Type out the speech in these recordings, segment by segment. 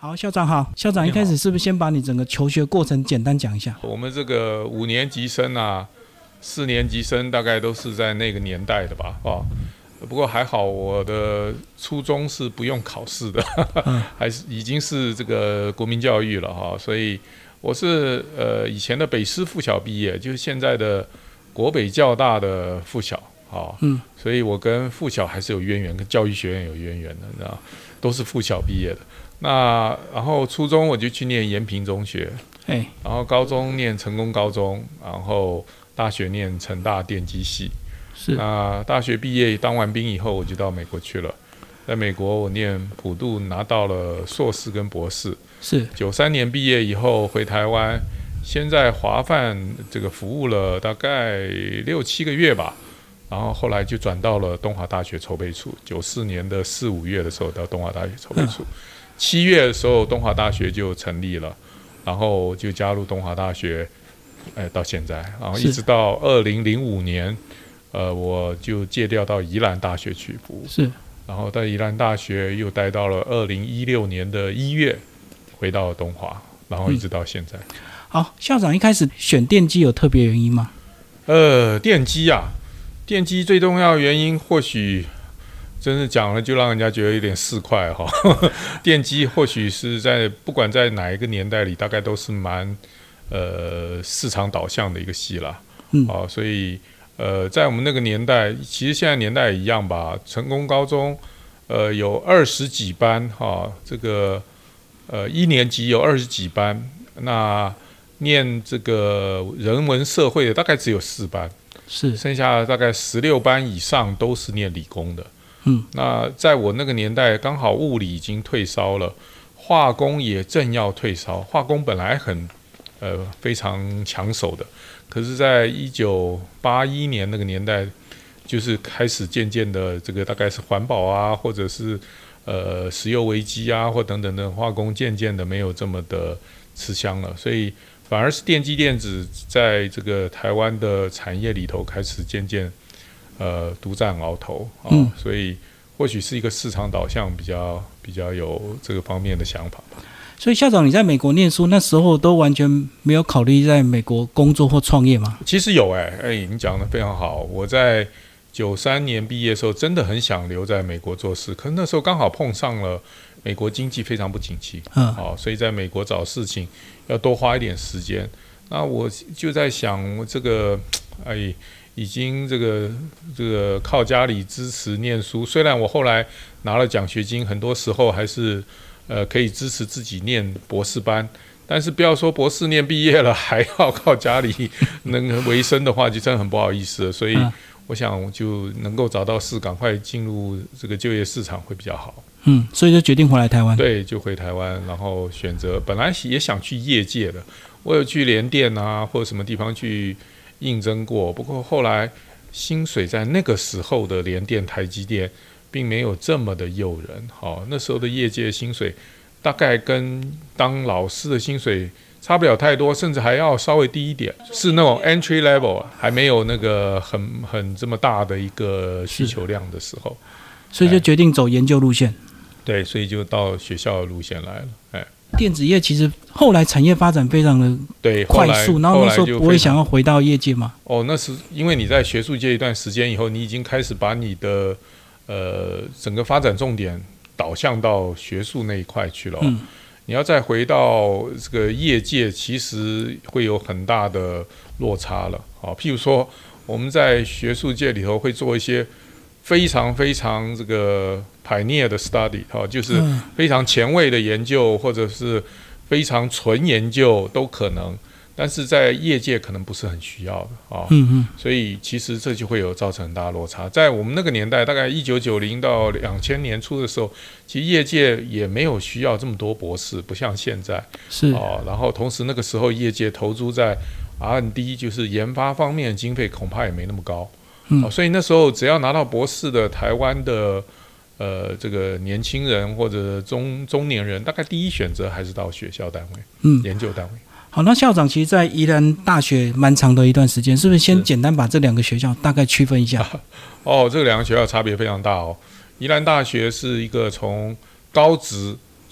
好，校长好。校长一开始是不是先把你整个求学过程简单讲一下？ 我们这个5年级生啊，4年级生大概都是在那个年代的吧，不过还好，我的初中是不用考试的，还是已经是这个国民教育了哈，所以我是以前的北师附小毕业，就是现在的国北教大的附小啊，所以我跟附小还是有渊源，跟教育学院有渊源的，你知道，都是附小毕业的。那然后初中我就去念延平中学，然后高中念成功高中，然后大学念成大电机系。是。那大学毕业当完兵以后，我就到美国去了。在美国我念普渡，拿到了硕士跟博士。是。93年毕业以后回台湾，先在华范这个服务了大概6、7个月吧。然后后来就转到了东华大学筹备处。94年的4、5月的时候到东华大学筹备处。7月的时候，东华大学就成立了，然后就加入东华大学，到现在，然后一直到2005年，我就借调到宜兰大学去服务，是，然后在宜兰大学又待到了2016年的1月，回到东华，然后一直到现在。 好，校长一开始选电机有特别原因吗？ 电机最重要的原因或许。真是讲了就让人家觉得有点市侩哈，电机或许是不管在哪一个年代里，大概都是蛮市场导向的一个系啦，所以在我们那个年代，其实现在年代也一样吧。成功高中有20几班哈，这个1年级有20几班，那念这个人文社会的大概只有4班，是，剩下大概16班以上都是念理工的。那在我那个年代，刚好物理已经退烧了，化工也正要退烧。化工本来非常抢手的，可是，在1981年那个年代，就是开始渐渐的这个大概是环保啊，或者是石油危机啊，或等等的化工渐渐的没有这么的吃香了，所以反而是电机电子在这个台湾的产业里头开始渐渐。独占鳌头所以或许是一个市场导向比较有这个方面的想法吧。 所以校长，你在美国念书那时候都完全没有考虑在美国工作或创业吗？ 其实有你讲得非常好。我在93年毕业的时候，真的很想留在美国做事，可是那时候刚好碰上了美国经济非常不景气，所以在美国找事情要多花一点时间。那我就在想，这个已经这个靠家里支持念书，虽然我后来拿了奖学金，很多时候还是可以支持自己念博士班，但是不要说博士念毕业了还要靠家里能维生的话，就真的很不好意思了。所以我想就能够找到事，赶快进入这个就业市场会比较好。 所以就决定回来台湾。 对，就回台湾，然后选择本来也想去业界的，我有去联电啊或者什么地方去。应征过，不过后来薪水在那个时候的联电、台积电并没有这么的诱人。那时候的业界薪水大概跟当老师的薪水差不了太多，甚至还要稍微低一点，是那种 entry level， 还没有那个很这么大的一个需求量的时候， 所以就决定走研究路线。 对，所以就到学校的路线来了。 电子业其实后来产业发展非常的快速，然后那时候不会想要回到业界吗？ 那是因为你在学术界一段时间以后，你已经开始把你的整个发展重点导向到学术那一块去了。你要再回到这个业界，其实会有很大的落差了。譬如说我们在学术界里头会做一些非常非常这个pioneer的 study， 就是非常前卫的研究，或者是非常纯研究都可能，但是在业界可能不是很需要的所以其实这就会有造成很大的落差。在我们那个年代，大概1990到2000年初的时候，其实业界也没有需要这么多博士，不像现在是然后同时那个时候业界投注在 R&D， 就是研发方面的经费恐怕也没那么高。所以那时候只要拿到博士的台湾的这个年轻人或者中年人，大概第一选择还是到学校单位，研究单位。 好，那校长其实在宜兰大学蛮长的一段时间，是不是先简单把这2个学校大概区分一下？ 这2个学校差别非常大宜兰大学是一个从高职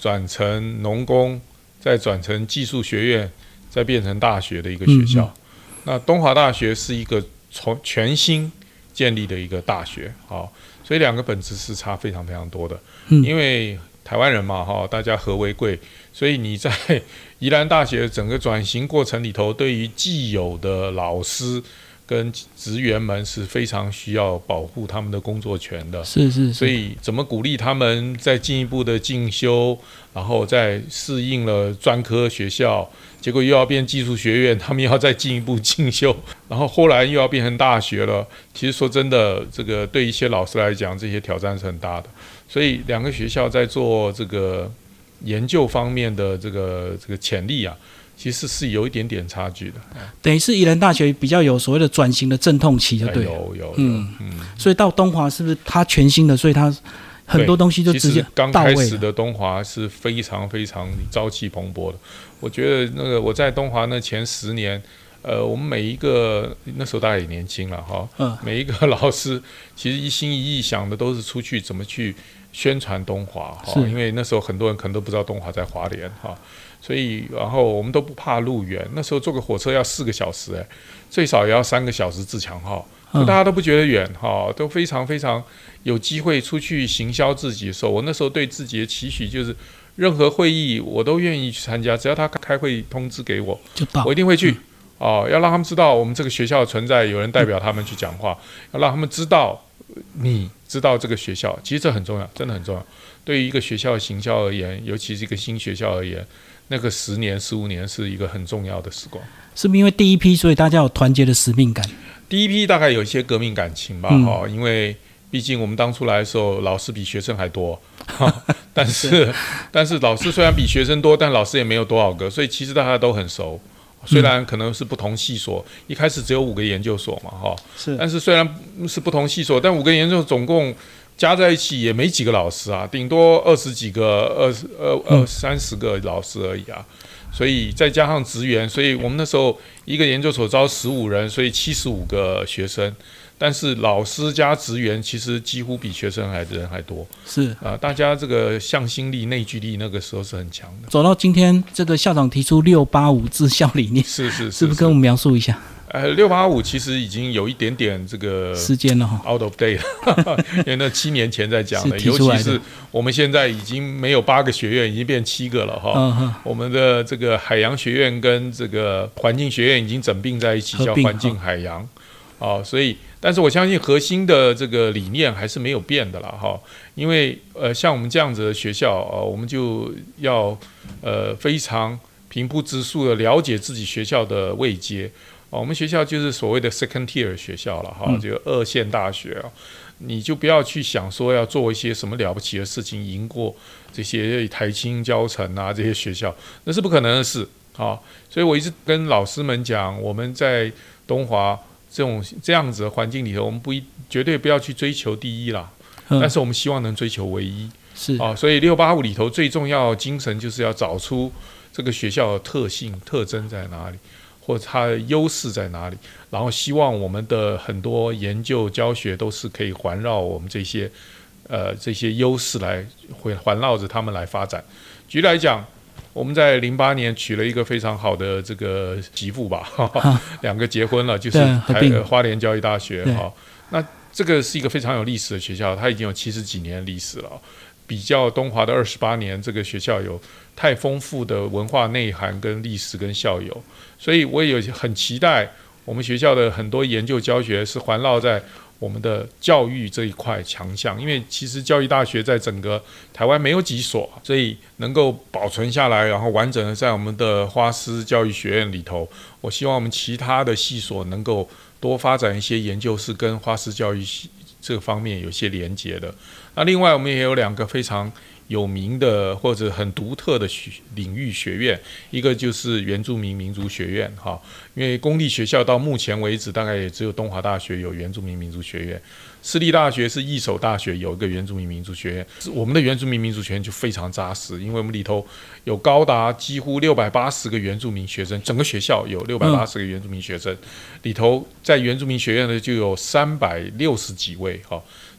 转成农工，再转成技术学院，再变成大学的一个学校。那东华大学是一个从全新建立的一个大学，所以两个本质是差非常非常多的。因为台湾人嘛，大家和为贵，所以你在宜兰大学整个转型过程里头，对于既有的老师跟职员们是非常需要保护他们的工作权的。 是。 所以怎么鼓励他们再进一步的进修，然后再适应了专科学校，结果又要变技术学院，他们要再进一步进修，然后后来又要变成大学了。其实说真的，这个对一些老师来讲，这些挑战是很大的。所以两个学校在做这个研究方面的这个潜力啊，其实是有一点点差距的。 等于是宜兰大学比较有所谓的转型的阵痛期，就对了。 有。 所以到东华是不是它全新的？所以它很多东西就直接到位了。刚开始的东华是非常非常朝气蓬勃的。我觉得那个我在东华那前10年。我们每一个那时候大概也年轻了哈，每一个老师其实一心一意想的都是出去怎么去宣传东华哈，因为那时候很多人可能都不知道东华在花莲哈，所以然后我们都不怕路远，那时候坐个火车要4个小时最少也要3个小时自强号，大家都不觉得远哈，都非常非常有机会出去行销自己的时候，我那时候对自己的期许就是任何会议我都愿意去参加，只要他开会通知给我，我一定会去。要让他们知道我们这个学校的存在，有人代表他们去讲话，要让他们知道你知道这个学校，其实这很重要，真的很重要。对于一个学校的行销而言，尤其是一个新学校而言，那个10年、15年是一个很重要的时光。 是不是因为第一批，所以大家有团结的使命感？ 第一批大概有一些革命感情吧，因为毕竟我们当初来的时候，老师比学生还多，但是老师虽然比学生多，但老师也没有多少个，所以其实大家都很熟。虽然可能是不同系所，一开始只有5个研究所嘛，但是虽然是不同系所，但5个研究所总共加在一起也没几个老师啊，顶多20几个、30个老师而已啊。所以再加上职员，所以我们那时候一个研究所招15人，所以75个学生。但是老师加职员其实几乎比学生人还多， 是大家这个向心力、内聚力那个时候是很强的。 走到今天，这个校长提出685治校理念，是不是跟我们描述一下 ？685其实已经有一点点这个时间了哈 ，out of date 了，因为那7年前在讲的，尤其是我们现在已经没有8个学院，已经变7个了哈。我们的这个海洋学院跟这个环境学院已经整并在一起，叫环境海洋。所以，但是我相信核心的这个理念还是没有变的啦，因为像我们这样子的学校我们就要非常平铺直述的了解自己学校的位阶，我们学校就是所谓的 second tier 学校了就2线大学你就不要去想说要做一些什么了不起的事情，赢过这些台清交成啊这些学校，那是不可能的事所以我一直跟老师们讲，我们在东华这样子的环境里头，我们绝对不要去追求第一啦，但是我们希望能追求唯一。 是所以685里头最重要的精神就是要找出这个学校的特性、特征在哪里，或者它的优势在哪里，然后希望我们的很多研究教学都是可以环绕我们这些优势来环绕着他们来发展。举例来讲，我们在08年娶了一个非常好的这个媳妇吧，2个结婚了，就是花莲教育大学那这个是一个非常有历史的学校，它已经有70几年历史了，比较东华的28年，这个学校有太丰富的文化内涵跟历史跟校友，所以我也有很期待我们学校的很多研究教学是环绕在我们的教育这一块强项，因为其实教育大学在整个台湾没有几所，所以能够保存下来，然后完整的在我们的花师教育学院里头，我希望我们其他的系所能够多发展一些研究是跟花师教育这个方面有些连结的。那另外我们也有2个非常有名的或者很独特的领域学院，一个就是原住民民族学院因为公立学校到目前为止大概也只有东华大学有原住民民族学院，私立大学是义守大学有一个原住民民族学院，我们的原住民民族学院就非常扎实，因为我们里头有高达几乎680个原住民学生，整个学校有680个原住民学生，里头在原住民学院的就有360几位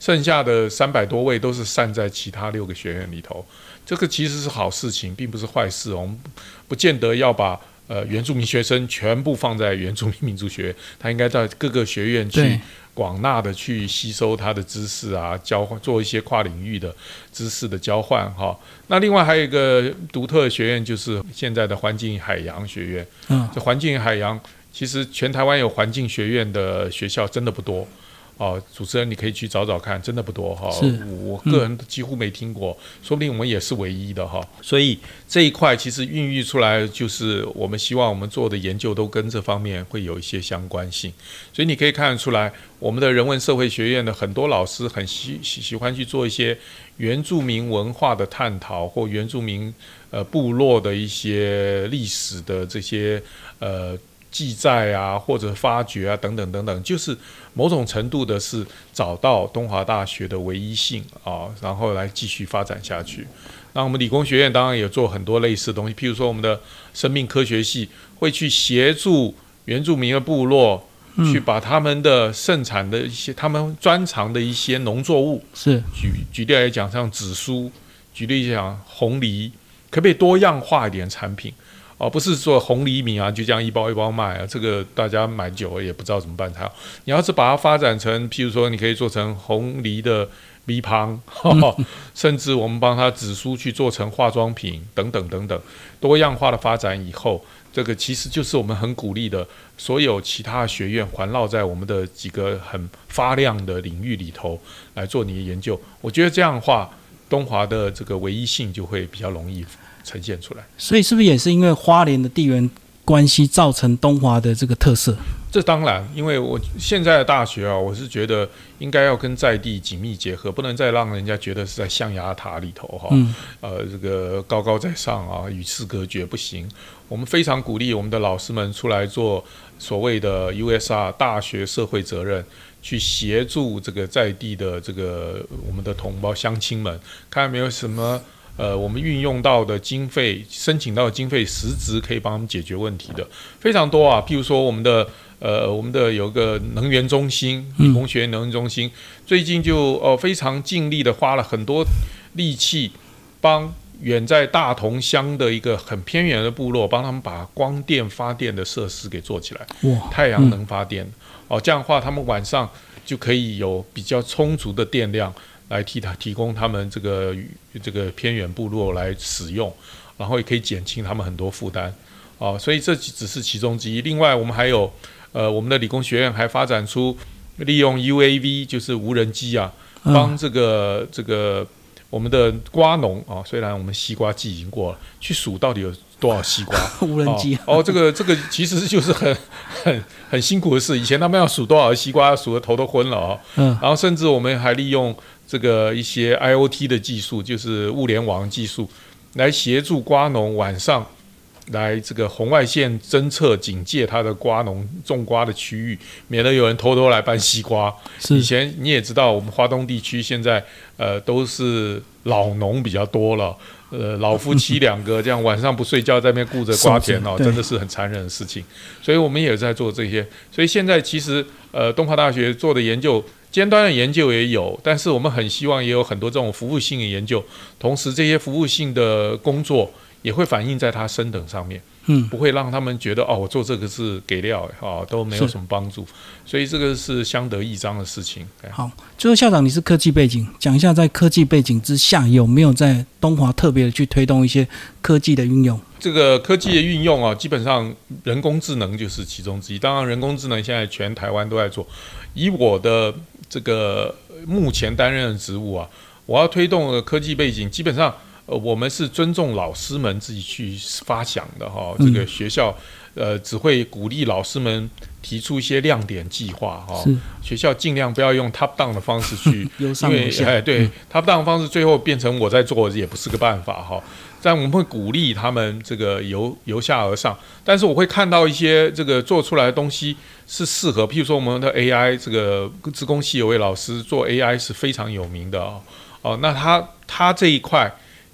剩下的300多位都是散在其他6个学院里头。这个其实是好事情，并不是坏事。我们不见得要把原住民学生全部放在原住民民族学院，他应该在各个学院去广纳的去吸收他的知识啊，交换，做一些跨领域的知识的交换哈。那另外还有一个独特的学院，就是现在的环境海洋学院。这环境海洋其实全台湾有环境学院的学校真的不多。主持人你可以去找找看，真的不多哈。我个人几乎没听过，说不定我们也是唯一的哈。所以这一块其实孕育出来，就是我们希望我们做的研究都跟这方面会有一些相关性。所以你可以看得出来，我们的人文社会学院的很多老师很喜欢去做一些原住民文化的探讨，或原住民部落的一些历史的这些记载啊，或者发掘啊，等等等等，就是某种程度的是找到东华大学的唯一性啊，然后来继续发展下去。那我们理工学院当然也做很多类似的东西，譬如说我们的生命科学系会去协助原住民的部落，去把他们的盛产的一些他们专长的一些农作物， 是举例来讲，像紫苏，举例讲红梨，可不可以多样化一点产品？不是说红梨米啊，就这样一包一包卖啊，这个大家买久了也不知道怎么办才好。你要是把它发展成，譬如说你可以做成红梨的米汤，甚至我们帮它紫苏去做成化妆品等等等等，多样化的发展以后，这个其实就是我们很鼓励的，所有其他学院环绕在我们的几个很发亮的领域里头来做你的研究。我觉得这样的话，东华的这个唯一性就会比较容易呈现出来。 所以是不是也是因为花莲的地缘关系造成东华的这个特色？ 这当然，因为我现在的大学啊，我是觉得应该要跟在地紧密结合，不能再让人家觉得是在象牙塔里头哈，这个高高在上啊，与世隔绝不行。我们非常鼓励我们的老师们出来做所谓的 USR 大学社会责任，去协助这个在地的这个我们的同胞乡亲们，看有没有什么我们运用到的经费，申请到的经费实质可以帮他们解决问题的非常多啊。譬如说我们的有个能源中心，理工学院能源中心，最近就非常尽力的花了很多力气，帮远在大同乡的一个很偏远的部落，帮他们把光电发电的设施给做起来，太阳能发电这样的话他们晚上就可以有比较充足的电量来提供他们这个偏远部落来使用，然后也可以减轻他们很多负担所以这只是其中之一。另外我们还有我们的理工学院还发展出利用 UAV 就是无人机啊，帮这个我们的瓜农虽然我们西瓜季已经过了，去数到底有多少西瓜无人机这个其实就是很辛苦的事。以前他们要数多少西瓜，数得头都昏了然后甚至我们还利用这个一些 IoT 的技术，就是物联网技术，来协助瓜农晚上来这个红外线侦测警戒他的瓜农种瓜的区域，免得有人偷偷来搬西瓜。以前你也知道，我们花东地区现在都是老农比较多了，老夫妻2个这样晚上不睡觉在那边顾着瓜田真的是很残忍的事情。所以我们也在做这些。所以现在其实东华大学做的研究，尖端的研究也有，但是我们很希望也有很多这种服务性的研究，同时这些服务性的工作也会反映在他升等上面，不会让他们觉得我做这个是给料都没有什么帮助，所以这个是相得益彰的事情。 好，最后校长你是科技背景，讲一下在科技背景之下有没有在东华特别的去推动一些科技的运用？ 这个科技的运用基本上人工智能就是其中之一。当然人工智能现在全台湾都在做。以我的这个目前担任的职务我要推动的科技背景，基本上我们是尊重老师们自己去发想的这个学校只会鼓励老师们提出一些亮点计划学校尽量不要用 top down 的方式去因为对top down 的方式最后变成我在做也不是个办法但我们会鼓励他们这个由下而上，但是我会看到一些这个做出来的东西是适合，譬如说我们的 AI， 这个资工系有位老师做 AI 是非常有名的那他这一块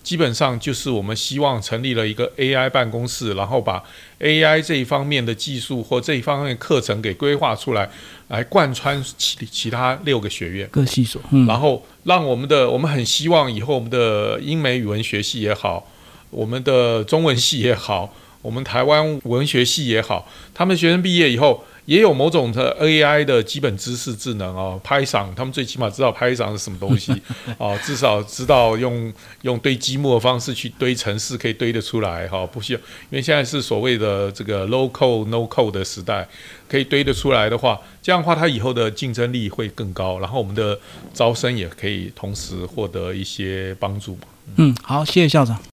基本上就是我们希望成立了一个 AI 办公室，然后把 AI 这一方面的技术或这一方面的课程给规划出来，来贯穿其他6个学院各系所， 然后让我们很希望以后我们的英美语文学系也好，我们的中文系也好，我们台湾文学系也好，他们学生毕业以后也有某种的 AI 的基本知识智能哦，Python 他们最起码知道 Python 是什么东西哦，至少知道用堆积木的方式去堆程式可以堆得出来哈，不需要，因为现在是所谓的这个 low code no code 的时代，可以堆得出来的话，这样的话它以后的竞争力会更高，然后我们的招生也可以同时获得一些帮助。 好，谢谢校长。